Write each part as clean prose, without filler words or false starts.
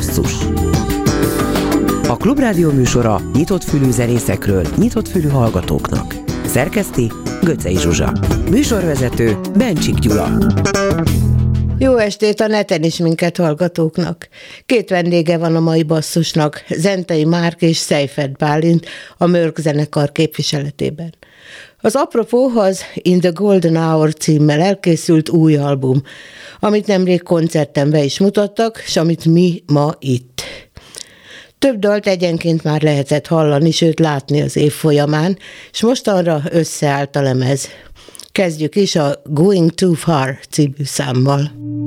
Basszus. A Klubrádió műsora nyitott fülű zenészekről, nyitott fülű hallgatóknak. Szerkeszti Göcsei Zsuzsa. Műsorvezető Bencsik Gyula. Jó estét a neten is minket hallgatóknak. Két vendége van a mai Basszusnak, Zentai Márk és Seifert Bálint a Mörk zenekar képviseletében. Az apropó az In the Golden Hour címmel elkészült új album, amit nemrég koncerten be is mutattak, és amit mi ma itt. Több dalt egyenként már lehetett hallani, sőt látni az év folyamán, és mostanra összeállt a lemez. Kezdjük is a Going Too Far című számmal.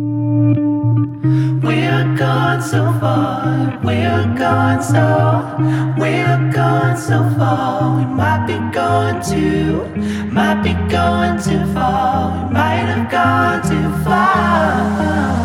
We're gone so far, we're gone so far, we might be going too far, we might have gone too far.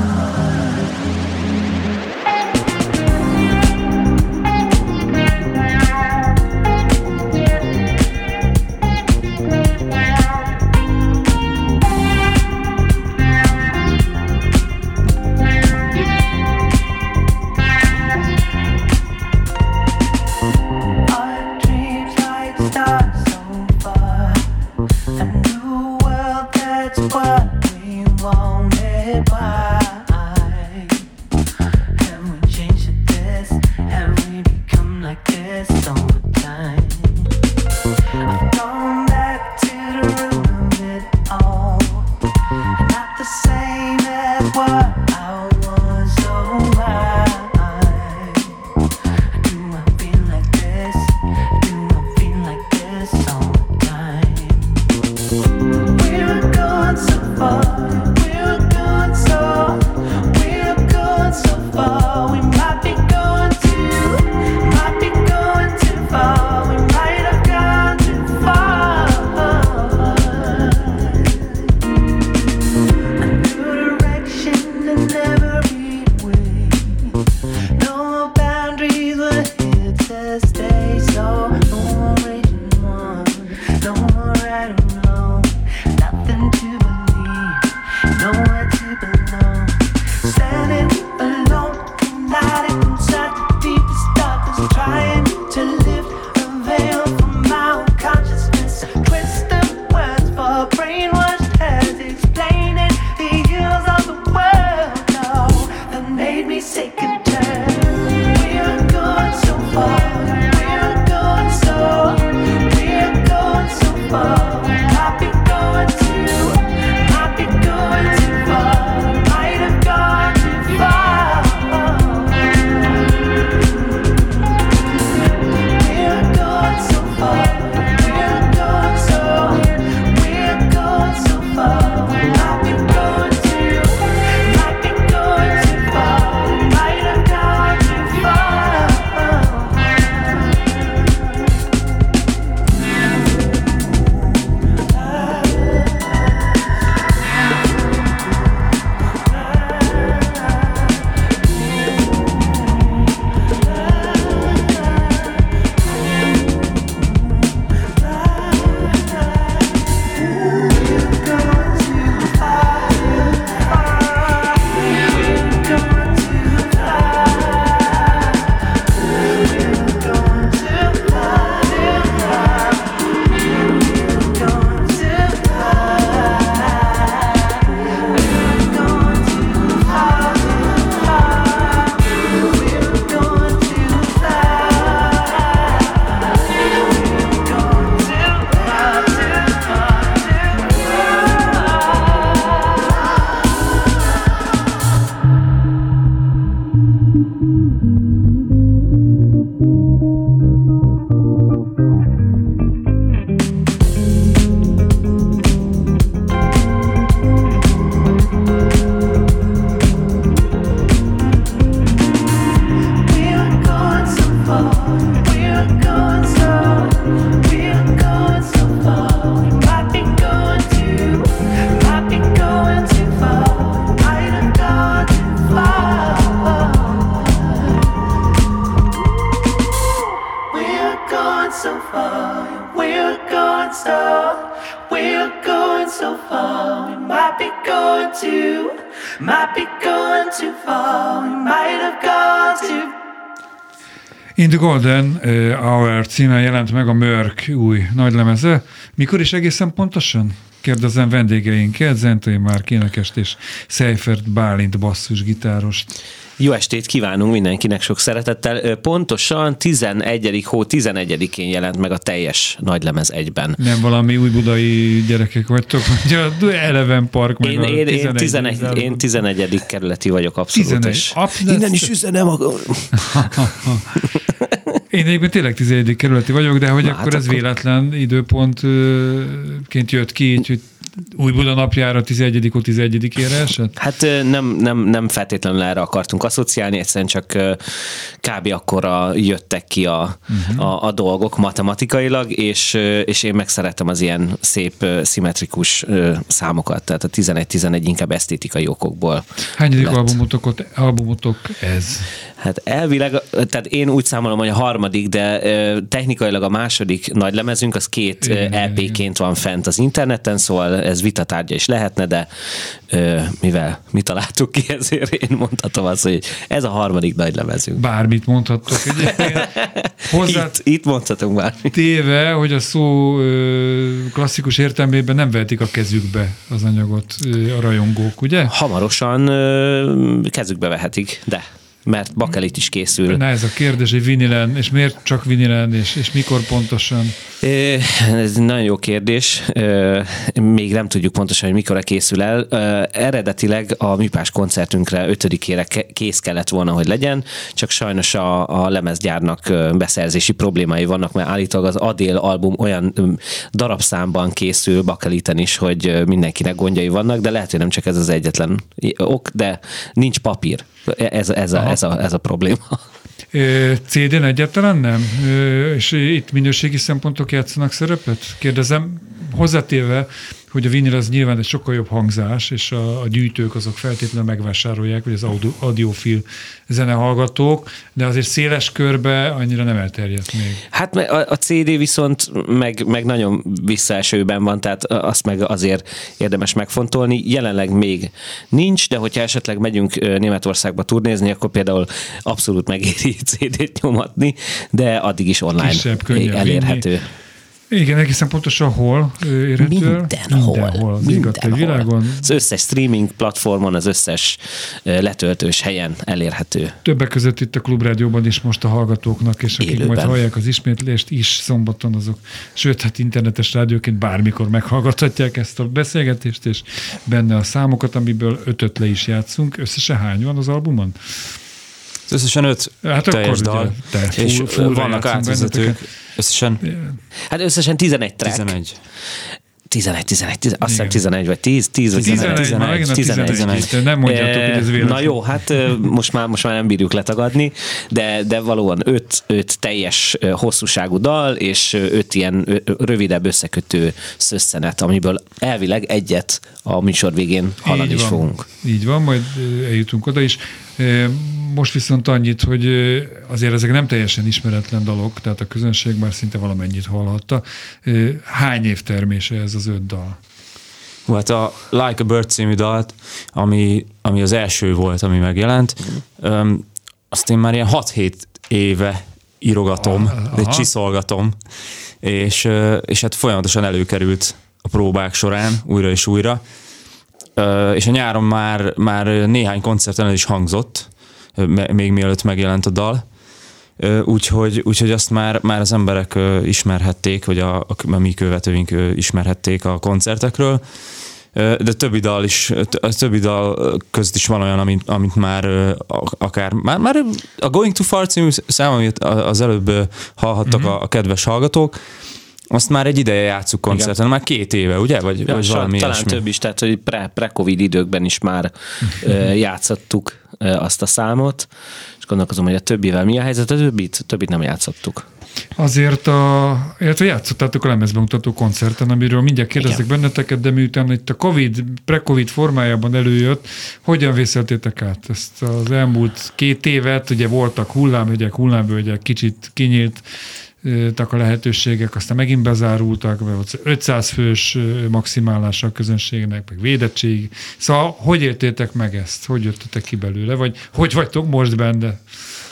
might be going too far. We might have gone to. In the Golden Hour címen jelent meg a Mörk új nagylemeze. Mikor is egészen pontosan? Kérdezem vendégeinket, Zentai Márk énekest és Seifert Bálint basszusgitárost. Jó estét kívánunk mindenkinek sok szeretettel. Pontosan 11. hó 11-én jelent meg a teljes nagylemez egyben. Nem valami újbudai gyerekek vagytok, vagy a Eleven Park meg én 11. kerületi vagyok abszolút. 11. Innen is üzenem a... Én egyébként tényleg 11. kerületi vagyok, de hogy akkor ez véletlen időpontként jött ki, így, hogy Újbuda napjára 11-ére esett? Hát nem feltétlenül erre akartunk asszociálni, egyszerűen csak kb. Akkora jöttek ki a dolgok matematikailag, és én megszerettem az ilyen szép, szimmetrikus számokat, tehát a 11-11 inkább esztétikai okokból. Hányadik albumotok ez? Hát elvileg, tehát én úgy számolom, hogy a harmadik, de technikailag a második nagylemezünk, az 2 LP-ként van fent az interneten, szóval ez vitatárgya is lehetne, de mivel mi találtuk ki, ezért én mondhatom azt, hogy ez a harmadik nagylemezünk. Bármit mondhattok. Itt mondhatunk bármit. Téve, hogy a szó klasszikus értelmében nem vehetik a kezükbe az anyagot a rajongók, ugye? Hamarosan kezükbe vehetik, de... mert bakelit is készül. Na ez a kérdés, hogy vinilen, és miért csak vinilen, és mikor pontosan? Ez nagyon jó kérdés. Még nem tudjuk pontosan, hogy mikorra készül el. Eredetileg a műpás koncertünkre 5-ére kész kellett volna, hogy legyen, csak sajnos a lemezgyárnak beszerzési problémái vannak, mert állítólag az Adél album olyan darabszámban készül bakeliten is, hogy mindenkinek gondjai vannak, de lehet, hogy nem csak ez az egyetlen ok, de nincs papír. Ez a probléma. CD-n egyáltalán nem? És itt minőségi szempontok játszanak szerepet? Kérdezem, hozzátéve, hogy a vinil az nyilván egy sokkal jobb hangzás, és a gyűjtők azok feltétlenül megvásárolják, vagy az audiofil zenehallgatók, de azért széles körbe annyira nem elterjedt még. Hát a CD viszont meg nagyon visszaesőben van, tehát azt meg azért érdemes megfontolni. Jelenleg még nincs, de hogyha esetleg megyünk Németországba turnézni, akkor például abszolút megéri CD-t nyomatni, de addig is online kisebb, elérhető. Vinni. Igen, egészen pontosan hol érhető? Mindenhol. Az világon. Az összes streaming platformon, az összes letöltős helyen elérhető. Többek között itt a Klubrádióban is most a hallgatóknak, és akik majd hallják az ismétlést is szombaton, azok, sőt, hát internetes rádióként bármikor meghallgathatják ezt a beszélgetést, és benne a számokat, amiből 5-öt le is játszunk. Összesen hány van az albumon? Összesen 5 teljes dal, és vannak átvezetők. Összesen? Hát összesen 11 track. 11, azt hiszem 11 vagy 10 vagy 11. Nem mondjátok, hogy ez véletlen. Na jó, hát most már nem bírjuk letagadni, de valóban 5 teljes hosszúságú dal, és 5 ilyen rövidebb összekötő szösszenet, amiből elvileg egyet a műsor végén hallani is fogunk. Így van, majd eljutunk oda is. Most viszont annyit, hogy azért ezek nem teljesen ismeretlen dalok, tehát a közönség már szinte valamennyit hallhatta. Hány év termése ez az 5 dal? Hát a Like a Bird című dalt, ami az első volt, ami megjelent, azt én már ilyen 6-7 éve írogatom, de csiszolgatom, és hát folyamatosan előkerült a próbák során, újra és újra, és a nyáron már néhány koncerten el is hangzott, még mielőtt megjelent a dal, úgyhogy azt már az emberek ismerhették, vagy a mi követőink ismerhették a koncertekről, de többi dal között is van olyan, amit már akár már a Going Too Far című szám, amit az előbb hallhattak a kedves hallgatók, azt már egy ideje játsszuk koncerten, már 2 éve, ugye? Vagy valami talán ilyesmi. több is, tehát hogy pre-covid időkben is már játszottuk azt a számot, és gondolkozom, hogy a többivel mi a helyzet, a többit nem játszottuk. Azért illetve játszottátok a lemezbemutató koncerten, amiről mindjárt kérdezek benneteket, de miután itt a pre-covid formájában előjött, hogyan vészeltétek át ezt az elmúlt 2 évet? Ugye voltak hullámvölgyek, kicsit kinyílt a lehetőségek, aztán megint bezárultak, vagy 500 fős maximálása a közönségnek, meg védettség. Szóval hogy éltétek meg ezt? Hogy jöttetek ki belőle? Vagy hogy vagytok most benne?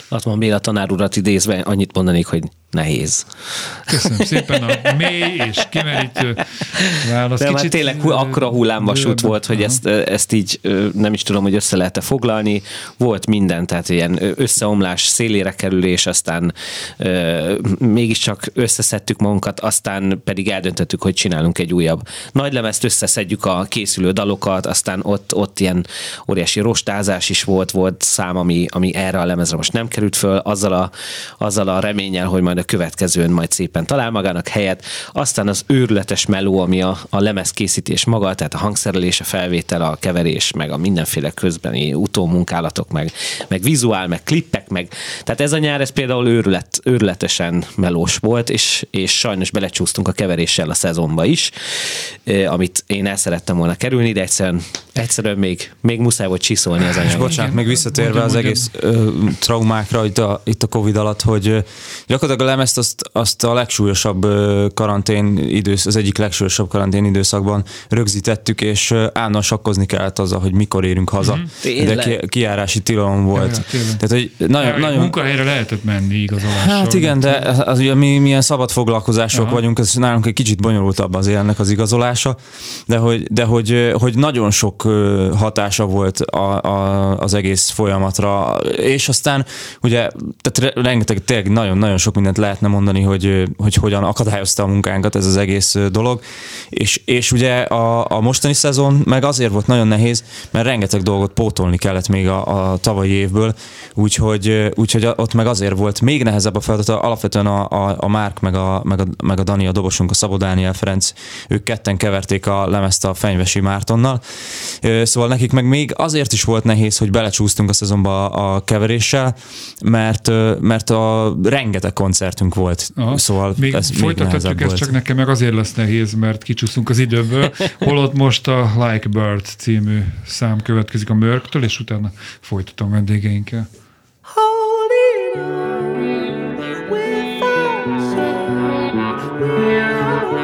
Azt mondom, Béla tanár urat idézve annyit mondanék, hogy nehéz. Köszönöm szépen a mély és kimerítő válasz. De már tényleg akkora hullámvasút volt, hogy ezt így nem is tudom, hogy össze lehet-e foglalni. Volt minden, tehát ilyen összeomlás, szélére kerülés, aztán mégiscsak összeszedtük magunkat, aztán pedig eldöntöttük, hogy csinálunk egy újabb nagylemezt, összeszedjük a készülő dalokat, aztán ott ilyen óriási rostázás is volt szám, ami erre a lemezre most nem került föl, azzal a reménnyel, hogy majd a következőn majd szépen talál magának helyet. Aztán az őrületes meló, ami a lemezkészítés maga, tehát a hangszerelés, a felvétel, a keverés, meg a mindenféle közbeni utómunkálatok, meg vizuál, meg klippek, tehát ez a nyár, ez például őrületesen melós volt, és sajnos belecsúsztunk a keveréssel a szezonba is, amit én el szerettem volna kerülni, de egyszerűen még muszáj volt csiszolni az anyagot. Bocsánat, még visszatérve az egész traumákra itt a Covid alatt, hogy gyakorlatilag a lemezt azt a legsúlyosabb az egyik legsúlyosabb karantén időszakban rögzítettük, és állandóan sakkozni kellett azzal, hogy mikor érünk haza. De kijárási tilalom volt. Tehát, hogy nagyon munkahelyre lehetett menni igazolásra. Hát igen, de az ugye mi milyen szabad foglalkozások vagyunk, ez nálunk egy kicsit bonyolultabb azért ennek az igazolása, de hogy nagyon sok hatása volt az egész folyamatra, és aztán ugye, tehát rengeteg, tényleg nagyon-nagyon sok mindent lehetne mondani, hogy hogyan akadályozta a munkánkat ez az egész dolog, és ugye a mostani szezon meg azért volt nagyon nehéz, mert rengeteg dolgot pótolni kellett még a tavalyi évből, úgyhogy ott meg azért volt még nehezebb a feladat, alapvetően a Márk meg a Dani, a dobosunk, a Szabó Dániel Ferenc, ők ketten keverték a lemezt a Fenyvesi Mártonnal, szóval nekik meg még azért is volt nehéz, hogy belecsúsztunk a szezonba a keveréssel, mert a rengeteg koncertünk volt, szóval még ez folytathatjuk, még ez volt. csak nekem meg azért lesz nehéz, mert kicsúszunk az időből, holott most a Like a Bird című szám következik a Mörktől, és utána folytatom vendégeinkkel. Holding on without sound, we are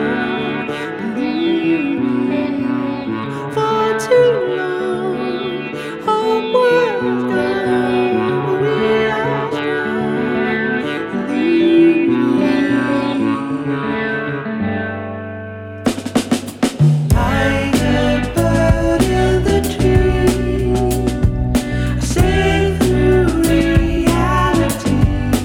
for too long. Homeward bound, we are strong. Like a bird in the tree, I sing through reality.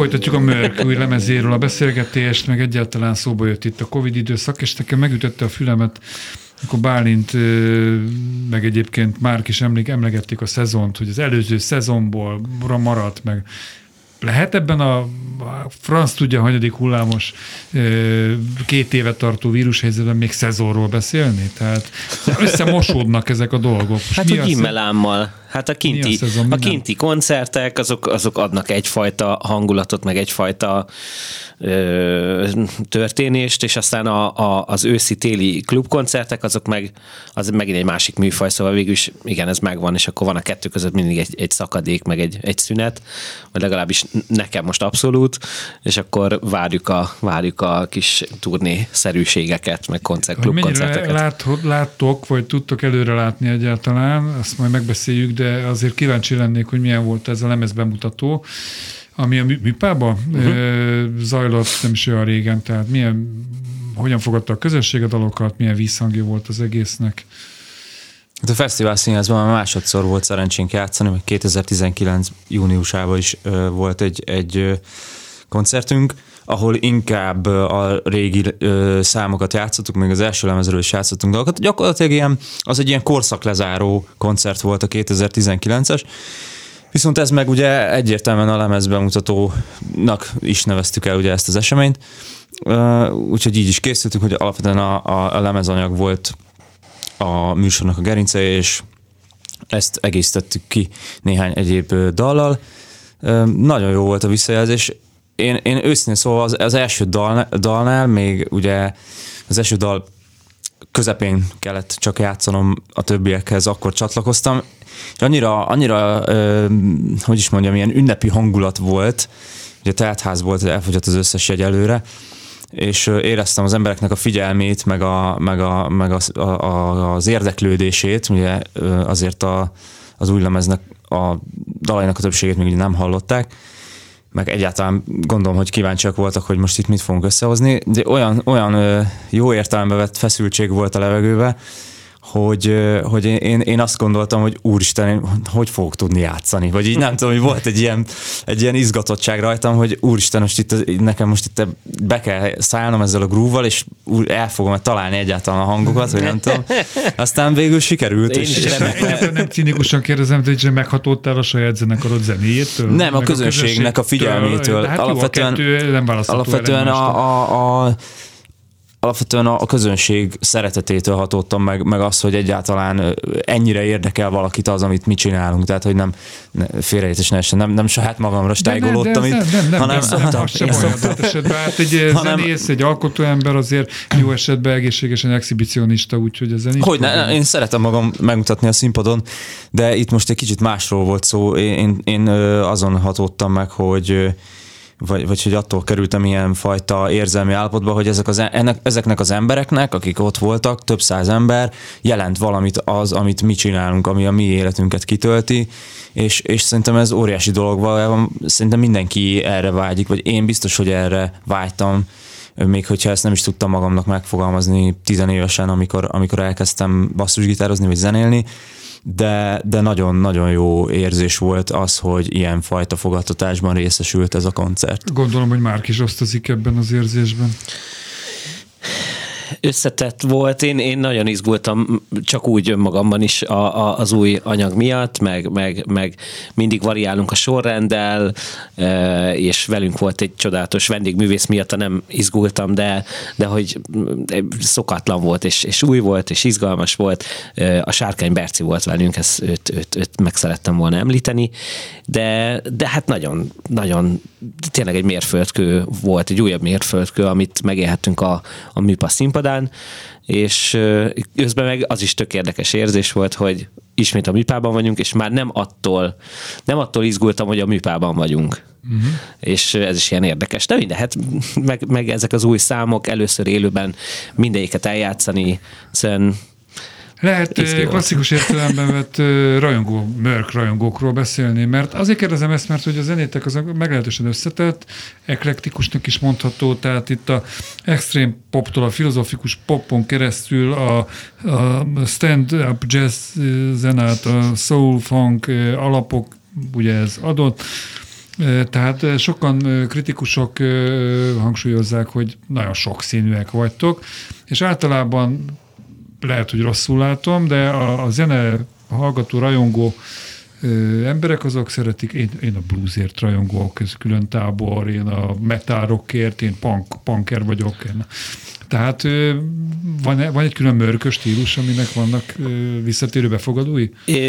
Folytatjuk a Mörk új lemezéről a beszélgetést, meg egyáltalán szóba jött itt a Covid időszak, és nekem megütötte a fülemet, akkor Bálint, meg egyébként Márk is emlegették a szezont, hogy az előző szezonból maradt meg. Lehet ebben a franc tudja, hanyadik hullámos 2 éve tartó vírushelyzetben még szezonról beszélni? Tehát összemosódnak ezek a dolgok. Hát, hogy immelámmal. Hát a kinti koncertek, azok adnak egyfajta hangulatot, meg egyfajta történést, és aztán az őszi-téli klubkoncertek, az megint egy másik műfaj, szóval végül is igen, ez megvan, és akkor van a kettő között mindig egy szakadék, meg egy szünet, vagy legalábbis nekem most abszolút, és akkor várjuk a kis turné-szerűségeket, meg klubkoncerteket. Mennyire láttok, vagy tudtok előre látni egyáltalán, azt majd megbeszéljük, de azért kíváncsi lennék, hogy milyen volt ez a lemezbemutató, ami a műpában zajlott nem is olyan régen, tehát hogyan fogadta a közönség a dalokat, milyen vízhangja volt az egésznek? Hát a Fesztivál Színházban már másodszor volt szerencsénk játszani, meg 2019 júniusában is volt egy koncertünk, ahol inkább a régi számokat játszottuk, még az első lemezről is játszottunk dalokat. Gyakorlatilag az egy ilyen korszaklezáró koncert volt a 2019-es, viszont ez meg ugye egyértelműen a lemezbemutatónak is neveztük el ugye ezt az eseményt, úgyhogy így is készültünk, hogy alapvetően a lemezanyag volt a műsornak a gerince, és ezt egészítettük ki néhány egyéb dallal. Nagyon jó volt a visszajelzés. Én őszintén szóval az első dalnál még ugye az első dal közepén kellett csak játszanom a többiekhez, akkor csatlakoztam, és annyira hogy is mondjam, ilyen ünnepi hangulat volt, ugye teltház volt, elfogyott az összes jegy előre, és éreztem az embereknek a figyelmét, meg az érdeklődését, ugye azért az új lemeznek a dalainak a többségét még nem hallották, meg egyáltalán gondolom, hogy kíváncsiak voltak, hogy most itt mit fogunk összehozni, de olyan jó értelembe vett feszültség volt a levegőbe, hogy én azt gondoltam, hogy úristen, én hogy fogok tudni játszani? Vagy így nem tudom, hogy volt egy ilyen izgatottság rajtam, hogy úristen, nekem most itt be kell szállnom ezzel a groove-val, és el fogom találni egyáltalán a hangokat, vagy nem tudom. Aztán végül sikerült. Egyáltalán nem cinikusan kérdezem, de hogy meghatódtál a saját zenekarod zenéjétől? Nem, a közönségnek a figyelmétől. Hát alapvetően alapvetően a közönség szeretetétől hatottam meg az, hogy egyáltalán ennyire érdekel valakit az, amit mi csinálunk. Tehát, hogy nem félreértés ne essen, nem saját magamra stájgolódtam itt. Nem, egy zenész, egy alkotóember azért jó esetben egészségesen exhibicionista, úgyhogy ezen nincs. Én szeretem magam megmutatni a színpadon, de itt most egy kicsit másról volt szó. Én azon hatottam meg, hogy vagy hogy attól kerültem ilyen fajta érzelmi állapotba, hogy ezeknek az embereknek, akik ott voltak, több száz ember, jelent valamit az, amit mi csinálunk, ami a mi életünket kitölti, és szerintem ez óriási dolog, valójában szerintem mindenki erre vágyik, vagy én biztos, hogy erre vágytam, még hogyha ezt nem is tudtam magamnak megfogalmazni 10 évesen, amikor elkezdtem basszusgitározni, vagy zenélni, de nagyon-nagyon jó érzés volt az, hogy ilyen fajta fogadtatásban részesült ez a koncert. Gondolom, hogy Márk is osztozik ebben az érzésben. Összetett volt, én nagyon izgultam csak úgy önmagamban is az új anyag miatt, meg mindig variálunk a sorrenddel, és velünk volt egy csodálatos vendégművész miatt, nem izgultam, de hogy szokatlan volt, és új volt, és izgalmas volt. A Sárkány Berci volt velünk, ezt őt meg szerettem volna említeni, de hát nagyon tényleg egy mérföldkő volt, egy újabb mérföldkő, amit megélhettünk a műpa színpadán, és közben meg az is tök érdekes érzés volt, hogy ismét a műpában vagyunk, és már nem attól izgultam, hogy a műpában vagyunk. Uh-huh. És ez is ilyen érdekes. De minden, hát meg ezek az új számok, először élőben mindegyiket eljátszani, szóval lehet klasszikus értelemben vett Mörk rajongókról beszélni, mert azért kérdezem ezt, mert hogy a zenétek az meglehetősen összetett, eklektikusnak is mondható, tehát itt a extrém poptól a filozofikus popon keresztül a stand-up jazz zenát, a soul funk alapok, ugye ez adott, Tehát sokan kritikusok hangsúlyozzák, hogy nagyon sokszínűek vagytok, és általában lehet, hogy rosszul látom, de a zene hallgató, rajongó emberek azok szeretik, én a bluesért rajongók, ez külön tábor, én a metal rockért, én punker vagyok. Tehát van egy külön mörkös stílus, aminek vannak visszatérő befogadói?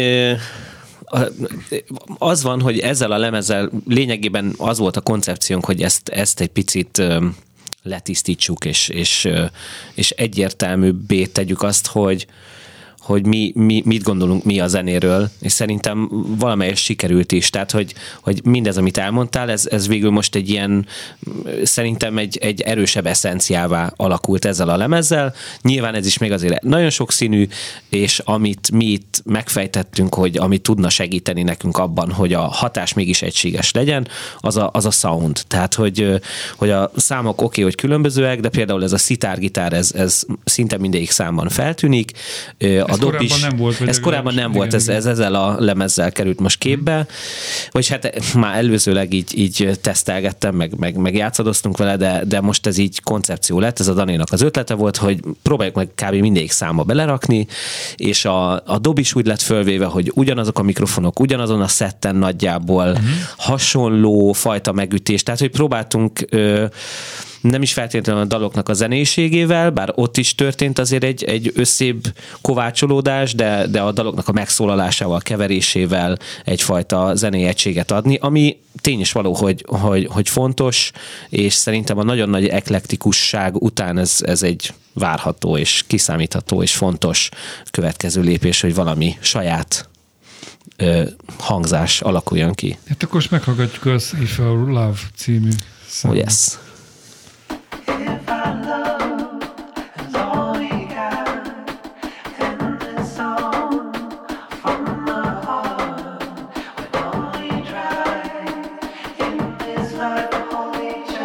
Az van, hogy ezzel a lemezzel lényegében az volt a koncepciónk, hogy ezt egy picit letisztítsuk, és egyértelműbbé tegyük azt, hogy mit gondolunk mi a zenéről, és szerintem valamelyes sikerült is. Tehát, hogy mindez, amit elmondtál, ez végül most egy ilyen, szerintem egy erősebb eszenciává alakult ezzel a lemezzel. Nyilván ez is még azért nagyon sokszínű, és amit mi itt megfejtettünk, hogy amit tudna segíteni nekünk abban, hogy a hatás mégis egységes legyen, az a sound. Tehát, hogy a számok oké, hogy különbözőek, de például ez a szitár-gitár, ez szinte mindegyik számban feltűnik. Ez korábban nem volt. Ez korábban nem volt, ez ezzel a lemezzel került most képbe, vagy hát már előzőleg így tesztelgettem, meg játszadoztunk vele, de most ez így koncepció lett, ez a Daninak az ötlete volt, hogy próbáljuk meg kb. Mindegyik számba belerakni, és a dob is úgy lett fölvéve, hogy ugyanazok a mikrofonok, ugyanazon a szetten nagyjából hasonló fajta megütés, tehát hogy próbáltunk nem is feltétlenül a daloknak a zenéségével, bár ott is történt azért egy összébb kovácsolódás, de a daloknak a megszólalásával, keverésével egyfajta zenei egységet adni, ami tény is való, hogy fontos, és szerintem a nagyon nagy eklektikusság után ez egy várható és kiszámítható és fontos következő lépés, hogy valami saját hangzás alakuljon ki. Hát akkor most meghallgatjuk az If Our Love című számot. Oh yes. If our love is all we got, and this song from the heart, would only try in this life to hold each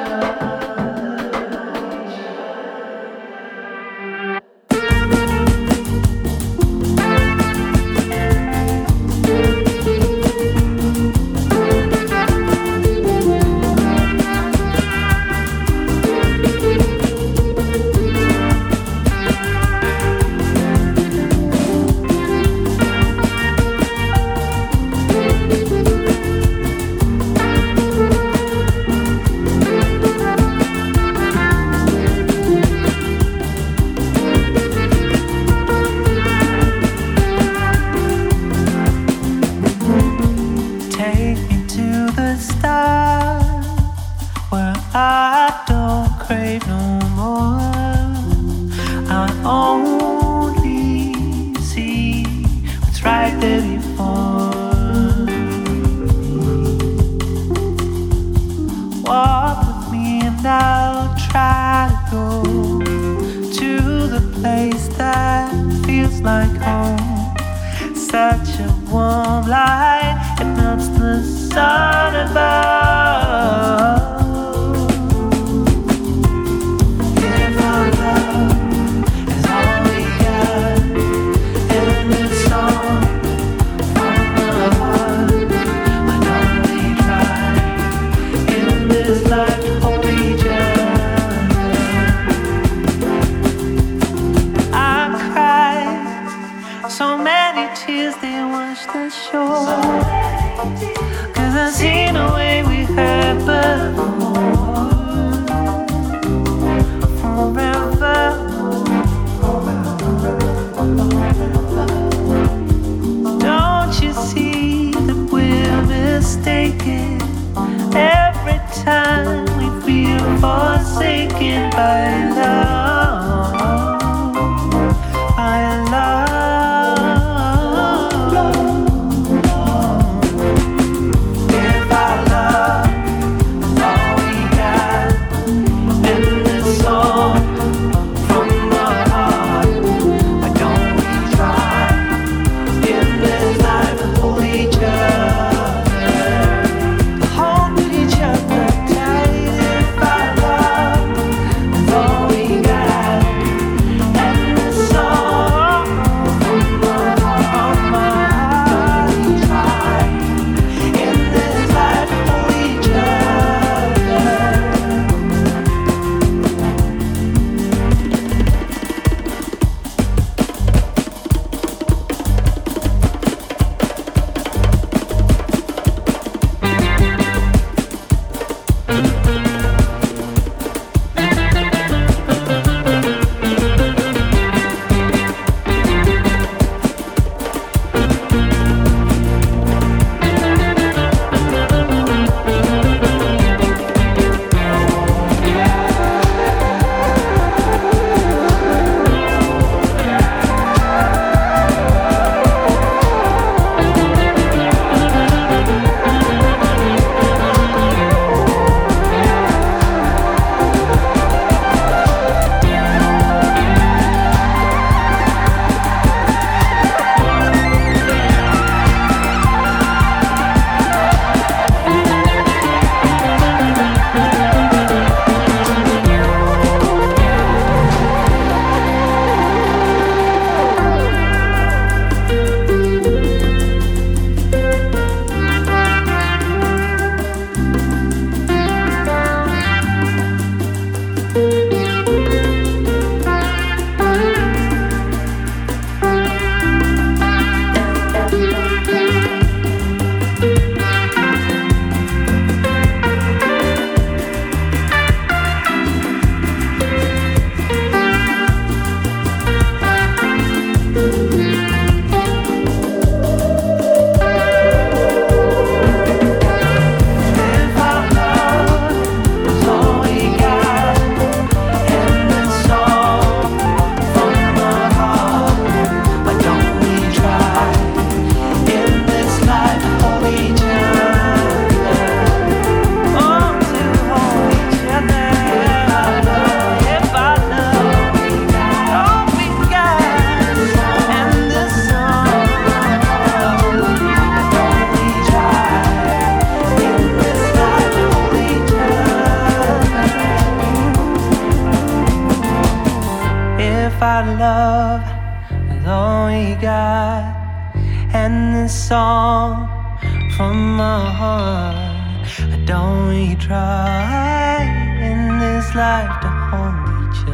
if our love is all we got, and this song from my heart, don't we try in this life to hold each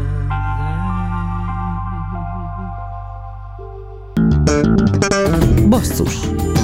other? Basszus.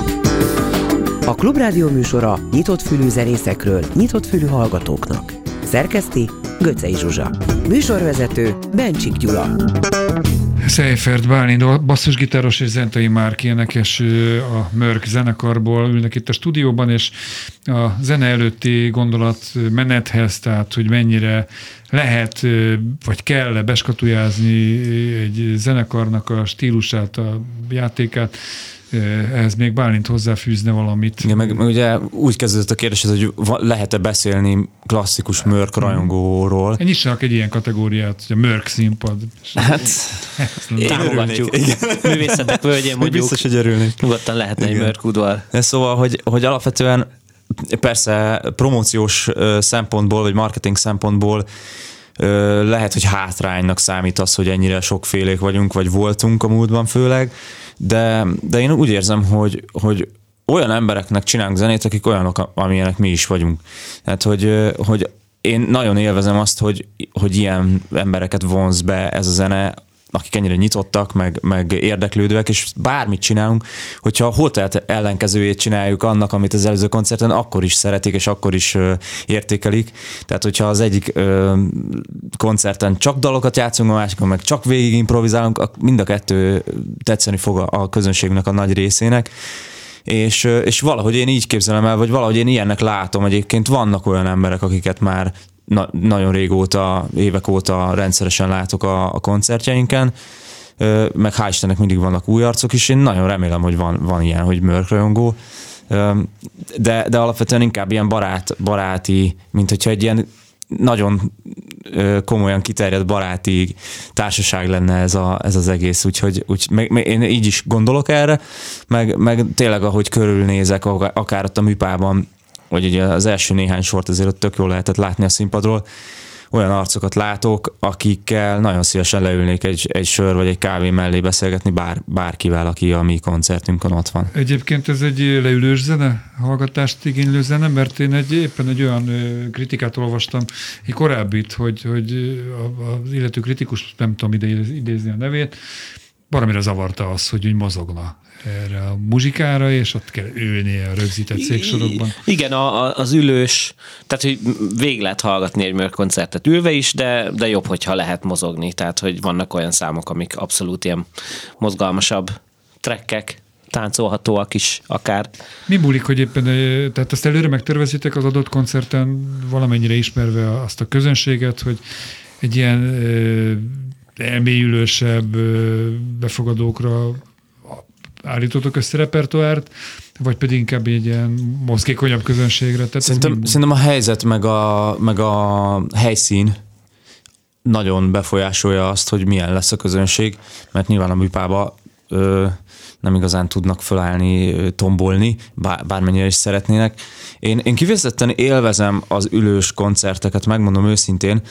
A Klubrádió műsora nyitott fülű zenészekről, nyitott fülű hallgatóknak. Szerkeszti Göcsei Zsuzsa. Műsorvezető Bencsik Gyula. Seifert Bálint, basszusgitáros és Zentai Márk énekes a Mörk zenekarból ülnek itt a stúdióban, és a zene előtti gondolatmenethez, tehát hogy mennyire lehet, vagy kell beskatujázni egy zenekarnak a stílusát, a játékát, ehhez még Bálint hozzáfűzne valamit. Igen, meg ugye úgy kezdődött a kérdés, hogy lehet-e beszélni klasszikus Mörk rajongóról. Nyissanak egy ilyen kategóriát, hogy a Mörk színpad. Hát, támogatjuk. Művészetek völgyén mondjuk. Biztos, hogy örülnék. Nyugodtan lehetne egy Mörk udvar. Szóval, hogy alapvetően persze promóciós szempontból, vagy marketing szempontból lehet, hogy hátránynak számít az, hogy ennyire sokfélék vagyunk, vagy voltunk a múltban főleg, de én úgy érzem, hogy olyan embereknek csinálunk zenét, akik olyanok, amilyenek mi is vagyunk. Tehát, hogy én nagyon élvezem azt, hogy ilyen embereket vonz be ez a zene, akik ennyire nyitottak, meg érdeklődőek, és bármit csinálunk, hogyha a Hotel ellenkezőjét csináljuk annak, amit az előző koncerten, akkor is szeretik, és akkor is értékelik. Tehát, hogyha az egyik koncerten csak dalokat játszunk, a másikon meg csak végig improvizálunk, mind a kettő tetszeni fog a közönségnek a nagy részének. És valahogy én így képzelem el, vagy valahogy én ilyennek látom. Egyébként vannak olyan emberek, akiket már nagyon régóta, évek óta rendszeresen látok a koncertjeinken, meg hál' Istennek mindig vannak új arcok is, én nagyon remélem, hogy van ilyen, hogy Mörk rajongó, de alapvetően inkább ilyen baráti, mint hogyha egy ilyen nagyon komolyan kiterjedt baráti társaság lenne ez az egész, úgyhogy én így is gondolok erre, meg tényleg ahogy körülnézek, akár ott a műpában, vagy ugye az első néhány sort azért ott tök jól lehetett látni a színpadról, olyan arcokat látok, akikkel nagyon szívesen leülnék egy sör vagy egy kávé mellé beszélgetni bárkivel, aki a mi koncertünkön ott van. Egyébként ez egy leülős zene, hallgatást igénylő zene, mert én éppen egy olyan kritikát olvastam, egy korábbit, hogy az illető kritikus, nem tudom idézni a nevét, valamire zavarta az, hogy úgy mozogna erre a muzsikára, és ott kell ülnie a rögzített széksorokban. Igen, az ülős, tehát hogy végig lehet hallgatni egy Mörk koncertet ülve is, de jobb, hogyha lehet mozogni, tehát hogy vannak olyan számok, amik abszolút ilyen mozgalmasabb trekkek, táncolhatóak is akár. Mi múlik, hogy éppen, tehát ezt előre megtervezitek az adott koncerten, valamennyire ismerve azt a közönséget, hogy egy ilyen elmélyülősebb befogadókra állítotok össze repertoárt, vagy pedig inkább egy ilyen mozgékonyabb közönségre? Szerintem a helyzet meg a helyszín nagyon befolyásolja azt, hogy milyen lesz a közönség, mert nyilván a műpába nem igazán tudnak fölállni, tombolni, bármennyire is szeretnének. Én kifejezetten élvezem az ülős koncerteket, megmondom őszintén,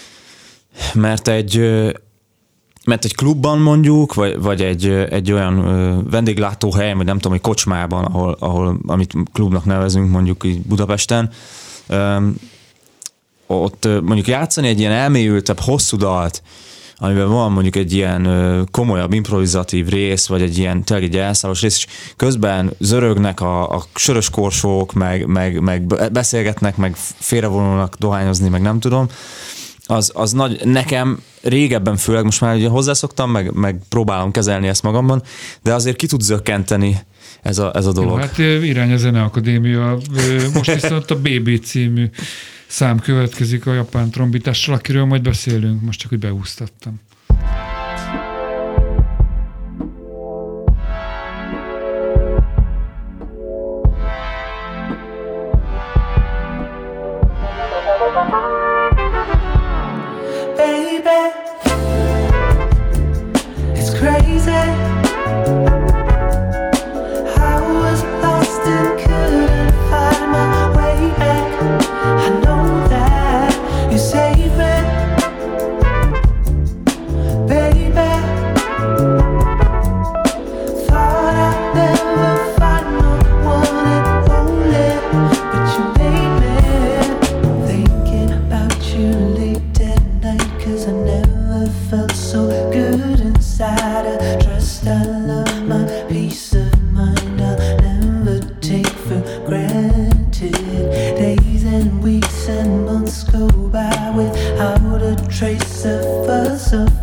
mert egy klubban mondjuk, vagy egy olyan vendéglátóhelyen, vagy nem tudom, egy kocsmában, ahol amit klubnak nevezünk mondjuk így Budapesten, ott mondjuk játszani egy ilyen elmélyültebb, hosszú dalt, amiben van mondjuk egy ilyen komolyabb, improvizatív rész, vagy egy ilyen tényleg egy elszállós rész, és közben zörögnek a sörös korsók, meg beszélgetnek, meg félrevonulnak dohányozni, meg nem tudom. Az nagy, nekem régebben főleg, most már ugye hozzászoktam, meg próbálom kezelni ezt magamban, de azért ki tud zökkenteni ez a dolog. Hát irány a Zeneakadémia. Most viszont a BB című szám következik a japán trombitással, akiről majd beszélünk. Most csak úgy beúsztattam. Baby,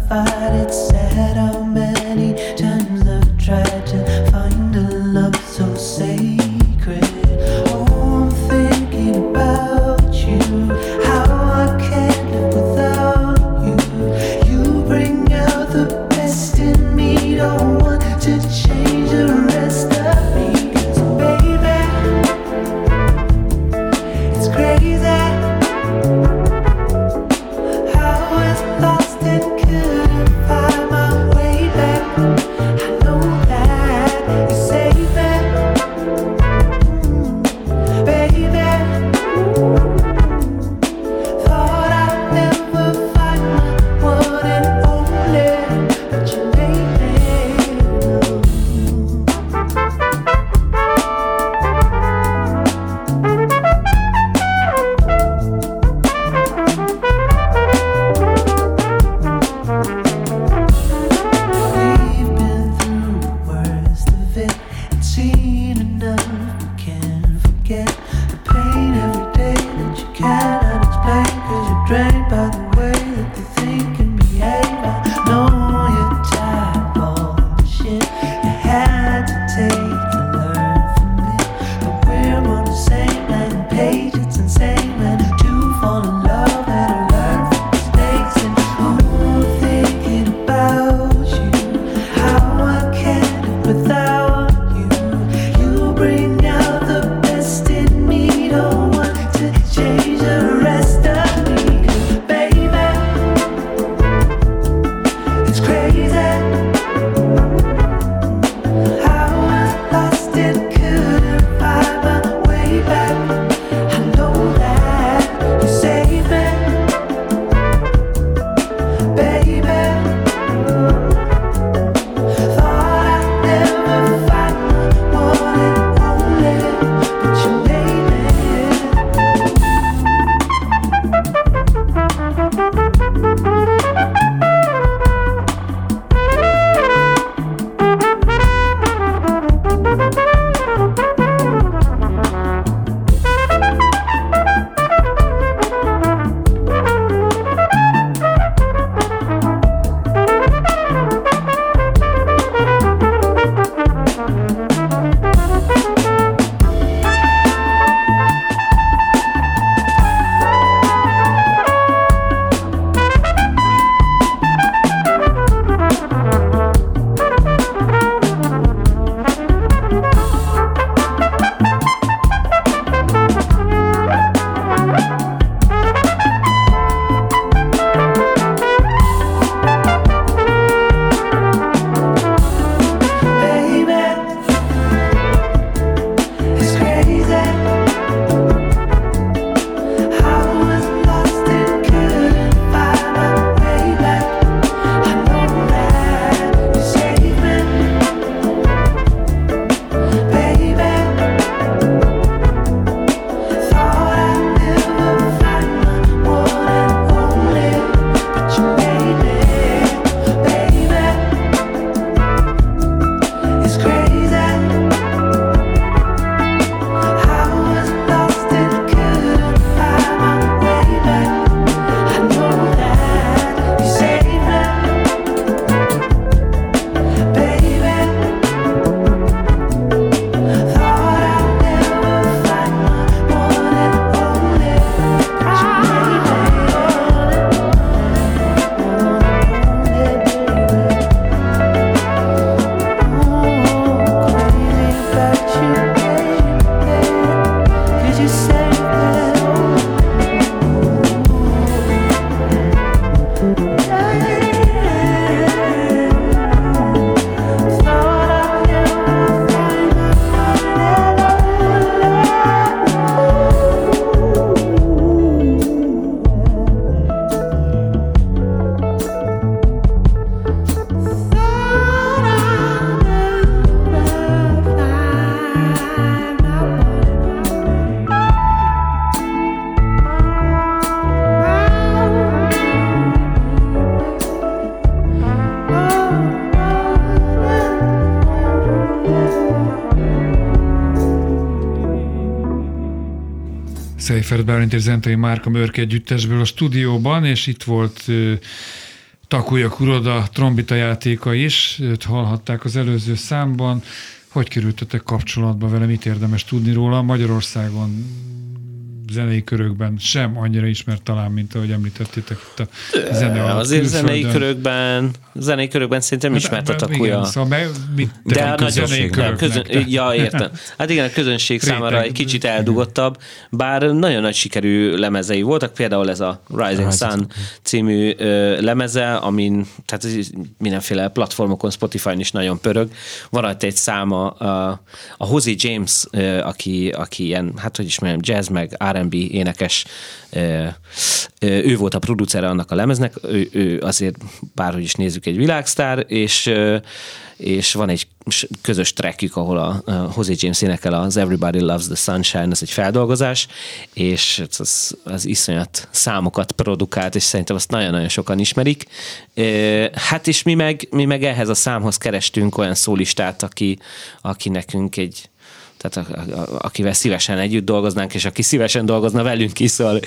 fight. It's sad how many times I've tried to find a love so sacred. Oh, I'm thinking about you, how I can't live without you. You bring out the best in me, don't want to change the rest of me. 'Cause baby, it's crazy how I was lost and couldn't find my way back. I know that you saved me, baby. Thought I'd never find my one and only, but you made me know. We've been through the worst of it and seen enough. We can't forget the pain every day that you cannot explain. 'Cause you're drained by the way that they think and behave. I know you're tired of all the shit you had to take to learn from it. But we're on the same blank page. It's insane when two fall in love and learn from mistakes. And I'm thinking about you, how I can't live without you. You bring out the best in me, don't want to change the rest of me. 'Cause baby, it's crazy how I was lost and couldn't find my way back. I know that you saved me, baby. Thought I'd never find my one and only, but you made me. Baby, it's crazy how I was lost and couldn't find my way back. I know that you saved me, baby. Thought I'd never find my one and only, but you made me, baby. It's crazy how I was lost and couldn't find my way back. I know that you saved me, baby. Thought I'd never find my one and only, but you made me Seifert Bálint és Zentai Márk a Mörk együttesből a stúdióban, és itt volt Takuya Kuroda trombita játéka is, őt hallhatták az előző számban. Hogy kerültetek kapcsolatba vele, mit érdemes tudni róla? Magyarországon zenei körökben sem annyira ismert talán, mint ahogy említettétek itt a zene alatt. Azért zenei körökben szerintem ismert a Takuya. Igen, szóval de a zenei köröknek. Ja, értem. Hát igen, a közönség számára egy kicsit eldugottabb, bár nagyon nagy sikerű lemezei voltak, például ez a Rising Sun című lemeze, amin tehát mindenféle platformokon, Spotify-n is nagyon pörög. Van rajta egy száma, a Hosie James, aki ilyen, hát hogy ismerem, jazz meg R&B énekes, ő volt a producere annak a lemeznek, ő azért bárhogy is nézzük egy világsztár, és van egy közös trackjük, ahol a Hosie James énekel az Everybody Loves the Sunshine, ez egy feldolgozás, és az iszonyat számokat produkált, és szerintem azt nagyon-nagyon sokan ismerik. Hát és mi meg ehhez a számhoz kerestünk olyan szólistát, aki nekünk tehát akivel szívesen együtt dolgoznánk, és aki szívesen dolgozna velünk is, szóval,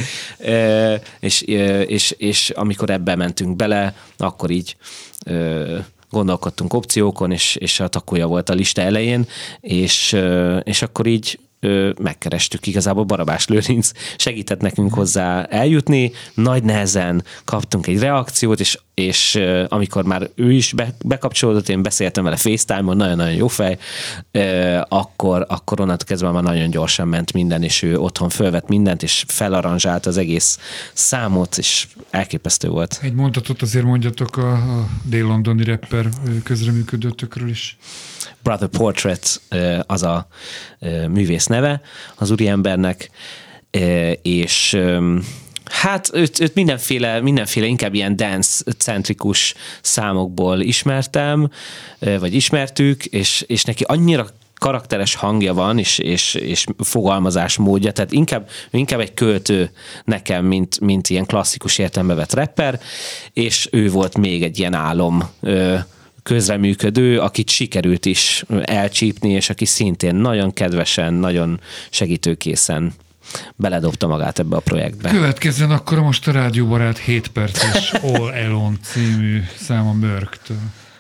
és amikor ebbe mentünk bele, akkor így gondolkodtunk opciókon, és a Takuya volt a lista elején, és akkor így megkerestük, igazából Barabás Lőrinc segített nekünk hozzá eljutni, nagy nehezen kaptunk egy reakciót, és amikor már ő is bekapcsolódott, én beszéltem vele FaceTime-on, nagyon-nagyon jó fej, akkor onnantól kezdve már nagyon gyorsan ment minden, és ő otthon fölvett mindent, és felarranzsált az egész számot, és elképesztő volt. Egy mondatot azért mondjatok a dél-londoni rapper közreműködőtökről is. Brother Portrait az a művész neve az úriembernek, és hát őt mindenféle inkább ilyen dance-centrikus számokból ismertem, vagy ismertük, és neki annyira karakteres hangja van, és fogalmazás módja, tehát inkább egy költő nekem, mint ilyen klasszikus értelembe vett rapper, és ő volt még egy ilyen álom közreműködő, akit sikerült is elcsípni, és aki szintén nagyon kedvesen, nagyon segítőkészen beledobta magát ebbe a projektbe. Következzen akkor most a Rádióbarát 7 perces All Alone című száma Mörktől.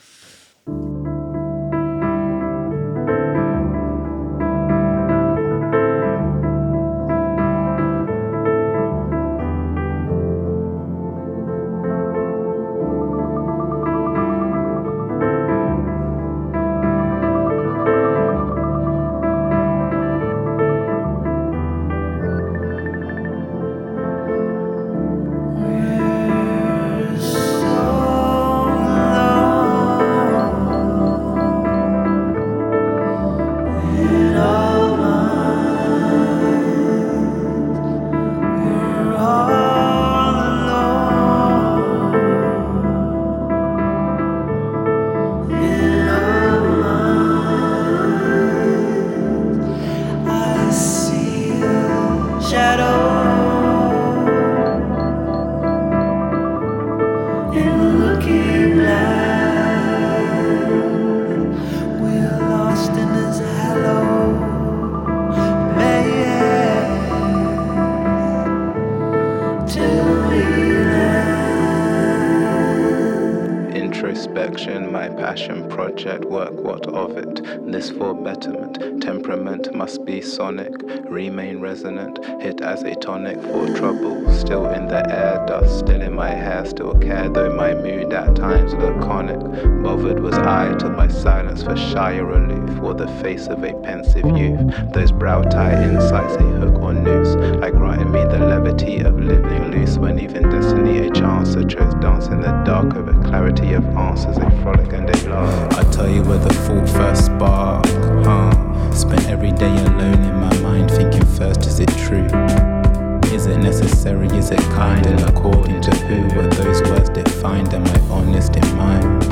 Remain resonant, hit as a tonic for trouble. Still in the air, dust still in my hair. Still care, though my mood at times laconic. Bothered was I till my silence for shy or aloof, or the face of a pensive youth. Those brow tie insights, a hook or noose. I granted me the levity of living loose, when even destiny a chancer chose dance in the dark over clarity of answers, a frolic and a laugh. I tell you where the thought first spark, Spent every day alone in my mind, thinking first, is it true? Is it necessary? Is it kind? And according to who were those words defined? Am I honest in mind?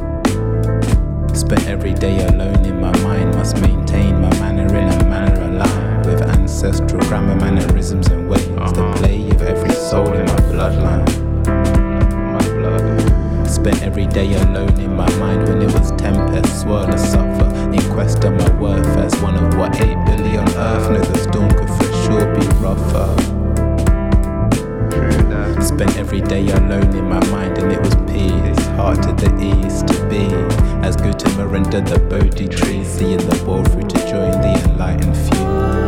Spent every day alone in my mind, must maintain my manner in a manner aligned with ancestral grammar, mannerisms and ways. The play of every soul in my bloodline. Spent every day alone in my mind when it was tempest, swirl and suffer, in quest of my worth as one of what 8 billion on earth. No, the storm could for sure be rougher. Spent every day alone in my mind and it was peace. peace. Heart to the east to be as good to Miranda the Bodhi tree, seeing the world through to join the enlightened few.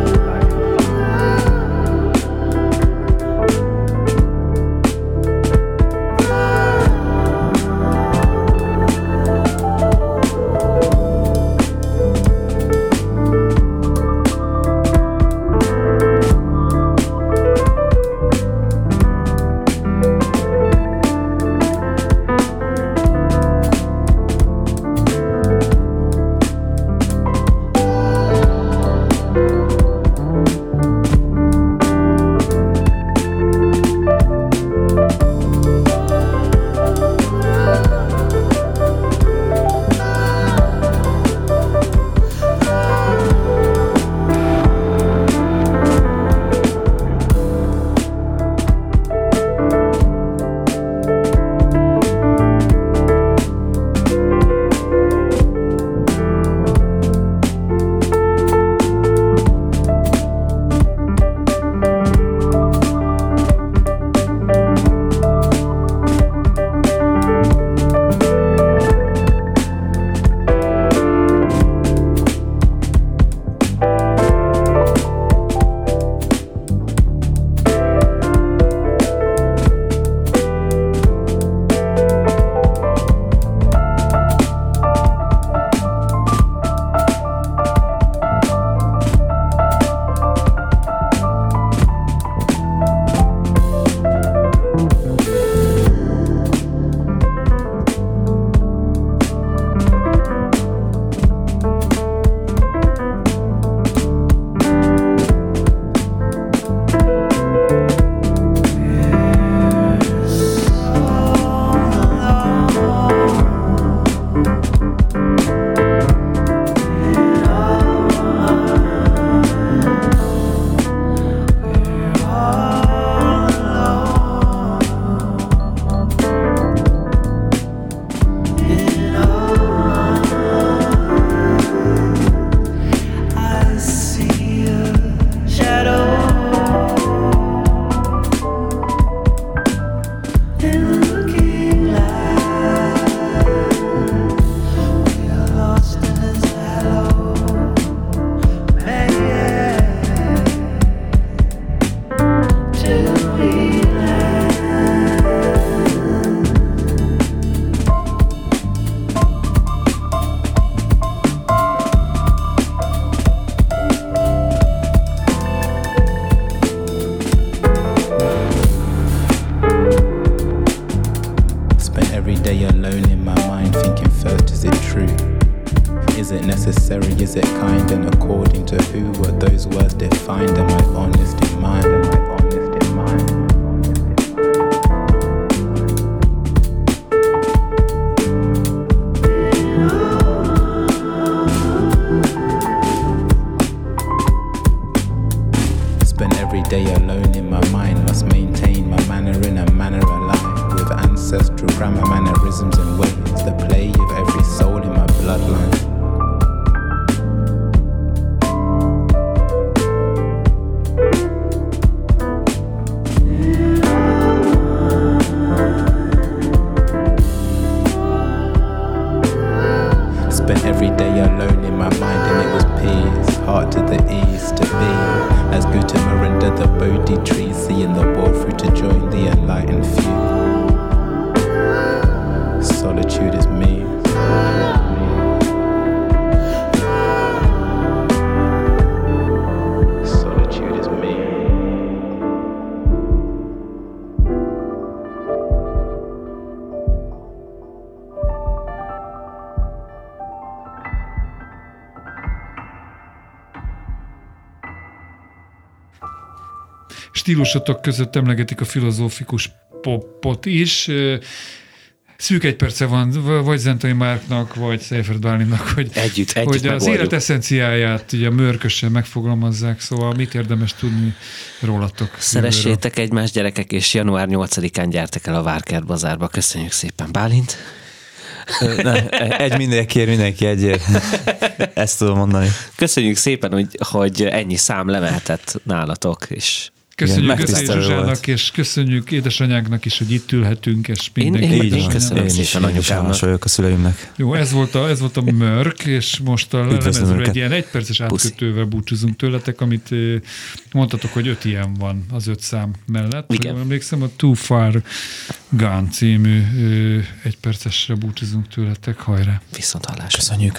Is it kind, and according to who were those words defined? Am I honest in mind? Am I honest in mind? Spend every day alone in my mind, must maintain my manner in a manner aligned with ancestral grammar, mannerisms and ways, the play of every soul in my bloodline. Spent every day alone in my mind, and it was peace. Heart to the east to be as good to Miranda the Bodhi tree, seeing the world through to join the enlightened few. Solitude is me. Solitude is me. Stílusotok között emlegetik a filozófikus popot is. Szűk egy perce van, vagy Zentai Márknak, vagy Seifert Bálintnak, hogy az élet eszenciáját ugye mörkösen megfogalmazzák, szóval mit érdemes tudni rólatok? Szeressétek egymást, gyerekek, és január 8-án gyertek el a Várkert bazárba. Köszönjük szépen, Bálint! Egy mindenkiért, mindenki egyért. Ezt tudom mondani. Köszönjük szépen, hogy ennyi szám lemehetett nálatok, és Köszönjük Göcei megtisztelő Zsuzsának, volt. és köszönjük édesanyáknak is, hogy itt ülhetünk, és mindenki. Én Így is van. köszönöm Én is szépen anyukámnak. hálás vagyok a szüleimnek. Jó, ez volt a Mörk, és most a lemezről egy őket. ilyen egyperces átkötővel búcsúzunk tőletek, amit mondtatok, hogy 5 ilyen van az 5 szám mellett. Igen. Jól emlékszem, a Too Far Gone című egypercesre búcsúzunk tőletek. Hajrá! Viszont hallásra. Köszönjük.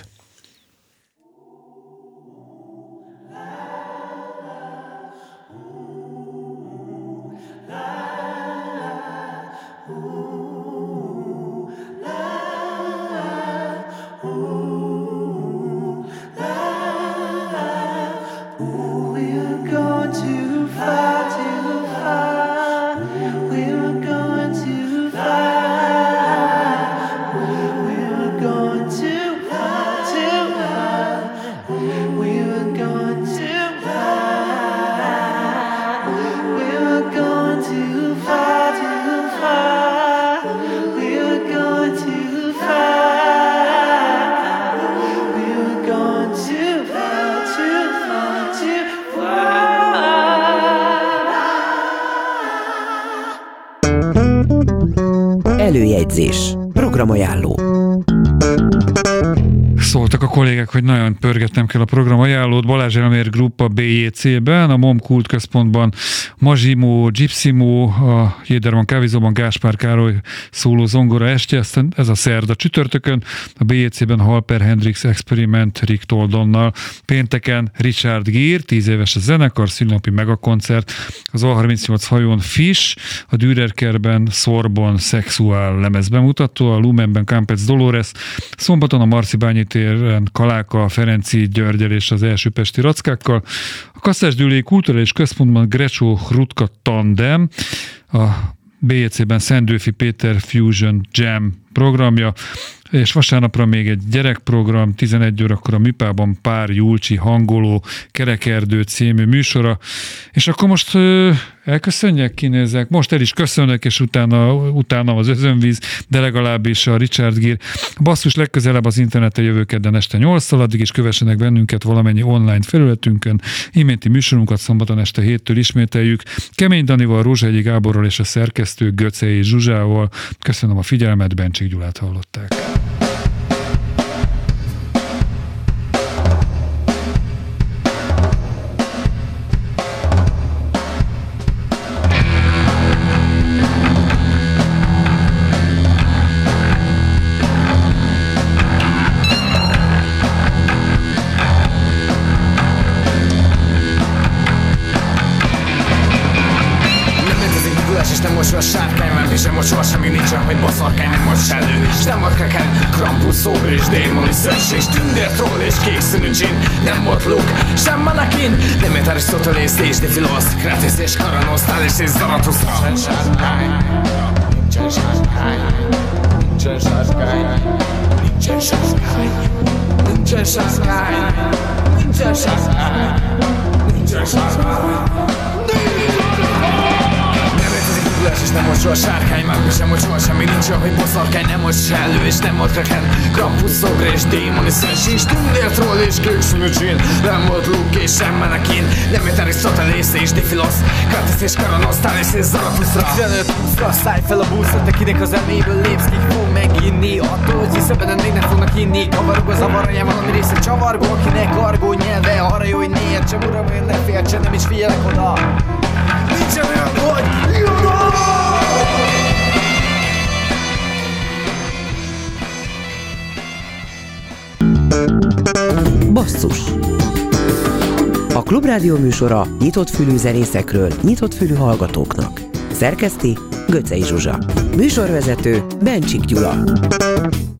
We're going too far, too far. We're going too far. We're going too far, too far. We're going too far. We're going too far, too far. We're going too far. We're going too far, too far, too far. Előjegyzés. Programajánló. Szóltak a kollégák, hogy nagyon pörgetnem kell a programajánlót. Balázs Elmér Group a BJC-ben, a MOM Kult Központban Mazsimó, Gypsimo, a Jéderman kávézóban Gáspár Károly szóló zongora estje, aztán ez a szerda csütörtökön, a BJC-ben Halper Hendrix Experiment Rick Toldonnal, pénteken Richard Gere, 10 éves a zenekar, szülinapi megakoncert, az A38 hajón Fish, a Dürerkerben Sorbon Szexuál lemezbemutató, a Lumenben Campec Dolores, szombaton a Marcibányi téren Kaláka, Ferenci Györgyel és az első pesti rackákkal, a Kasszásgyűlői Kulturális Központban Grecsó Hrutka Tandem, a BJC-ben Szendőfi Péter Fusion Jam programja, és vasárnapra még egy gyerekprogram, 11 órakor a Műpában Pár Julcsi hangoló Kerekerdő című műsora. És akkor most elköszönjek, kinézek. Most el is köszönök, és utána az özönvíz, de legalábbis a Richard Gere. Basszus legközelebb az interneten jövő kedden este 8-tól, addig is kövessenek bennünket valamennyi online felületünkön. Iménti műsorunkat szombaton este 7-től ismételjük. Kemény Danival, Rózsahegyi Gáborral és a szerkesztő Göcei Zsuzsával. Köszönöm a figyelmet, Bencsik Gyulát hallották. És nem mocsol a sárkány, mert mi sem mocsol, semmi nincsen, hogy baszarkány, nem most elő. És nem volt keken, Krampus, Szobr és démoni szöcs, és tündér, troll és kék színű dzsin. Nem volt Luke, sem Manakin, nem ért Arisztotelész és Difilosz, Kratész és Karanosztál és Zaratusztra. Nincsen sárkány, nincsen sárkány, nincsen sárkány, nincsen sárkány, nincsen sárkány, nincsen sárkány, nincsen sárkány. És nem mocsol a sárkány, már mi sem mocsol, semmi nincs, hogy boszorkány, nem most se elő, és nem volt Kraken, Krampus, Szobr és démoni szöcs, és tündér, troll és kékszínű dzsin. Nem volt Luke és sem Manakin, nem ért Arisztotelész és Difilosz, Kratész és Karanosztál és Zaratusztra. 15 20-ra szállj fel a buszot, akinek az elméből lépsz, ki fog meginni, attól, hogy hiszebben még nem fognak inni. Kavarog az avaraján, valami része csavargó, akinek argó nyelve, arra jó, hogy ne értsem, uram, én ne féltsen, nem is figyelek oda. Nincsen olyan, hogy Basszus. A Klubrádió műsora nyitott fülű zenészekről, nyitott fülű hallgatóknak. Szerkeszti Göcei Zsuzsa. Műsorvezető Bencsik Gyula.